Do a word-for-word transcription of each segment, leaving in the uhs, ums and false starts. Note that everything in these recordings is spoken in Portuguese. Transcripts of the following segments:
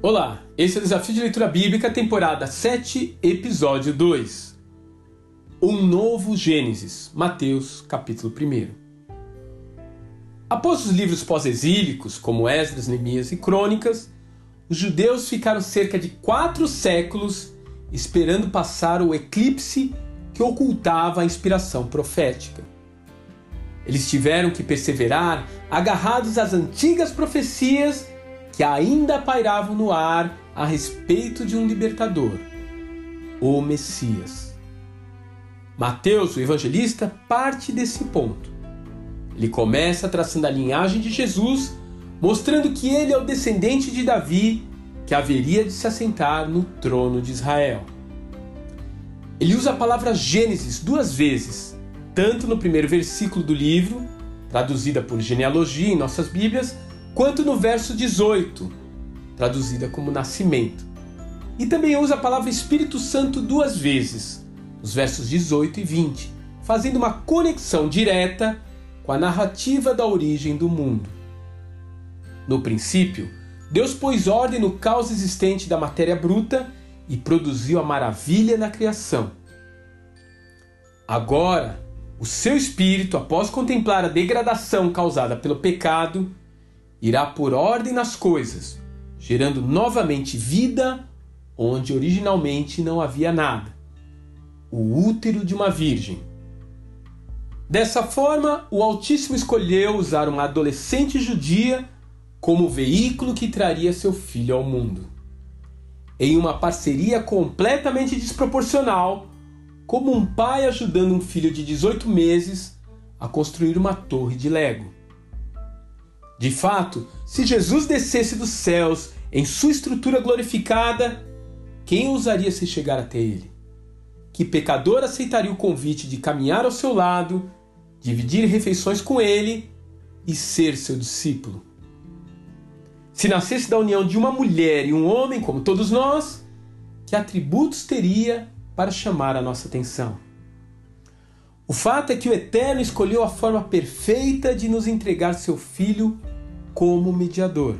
Olá, esse é o Desafio de Leitura Bíblica, temporada sete, episódio dois. Um novo Gênesis, Mateus, capítulo um. Após os livros pós-exílicos, como Esdras, Neemias e Crônicas, os judeus ficaram cerca de quatro séculos esperando passar o eclipse que ocultava a inspiração profética. Eles tiveram que perseverar agarrados às antigas profecias que ainda pairavam no ar a respeito de um libertador, o Messias. Mateus, o evangelista, parte desse ponto. Ele começa traçando a linhagem de Jesus, mostrando que ele é o descendente de Davi, que haveria de se assentar no trono de Israel. Ele usa a palavra Gênesis duas vezes, tanto no primeiro versículo do livro, traduzida por genealogia em nossas Bíblias, quanto no verso dezoito, traduzida como nascimento. E também usa a palavra Espírito Santo duas vezes, nos versos dezoito e vinte, fazendo uma conexão direta com a narrativa da origem do mundo. No princípio, Deus pôs ordem no caos existente da matéria bruta e produziu a maravilha na criação. Agora, o seu Espírito, após contemplar a degradação causada pelo pecado, irá pôr ordem nas coisas, gerando novamente vida onde originalmente não havia nada, o útero de uma virgem. Dessa forma, o Altíssimo escolheu usar uma adolescente judia como veículo que traria seu filho ao mundo. Em uma parceria completamente desproporcional, como um pai ajudando um filho de dezoito meses a construir uma torre de Lego. De fato, se Jesus descesse dos céus em sua estrutura glorificada, quem ousaria se chegar até ele? Que pecador aceitaria o convite de caminhar ao seu lado, dividir refeições com ele e ser seu discípulo? Se nascesse da união de uma mulher e um homem, como todos nós, que atributos teria para chamar a nossa atenção? O fato é que o Eterno escolheu a forma perfeita de nos entregar seu Filho como mediador.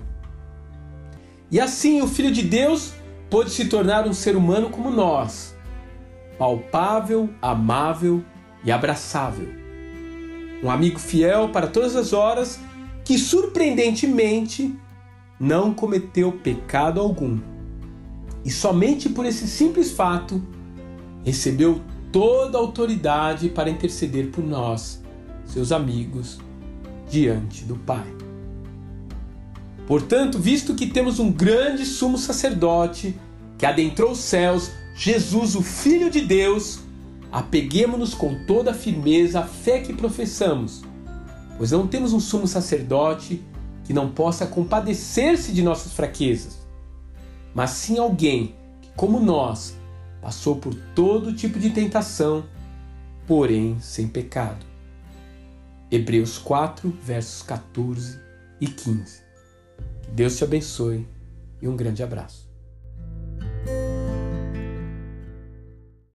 E assim o Filho de Deus pôde se tornar um ser humano como nós, palpável, amável e abraçável. Um amigo fiel para todas as horas que, surpreendentemente, não cometeu pecado algum. E somente por esse simples fato, recebeu toda a autoridade para interceder por nós, seus amigos, diante do Pai. Portanto, visto que temos um grande sumo sacerdote que adentrou os céus, Jesus, o Filho de Deus, apeguemo-nos com toda a firmeza à fé que professamos, pois não temos um sumo sacerdote que não possa compadecer-se de nossas fraquezas, mas sim alguém que, como nós, passou por todo tipo de tentação, porém sem pecado. Hebreus quatro, versos quatorze e quinze. Que Deus te abençoe e um grande abraço.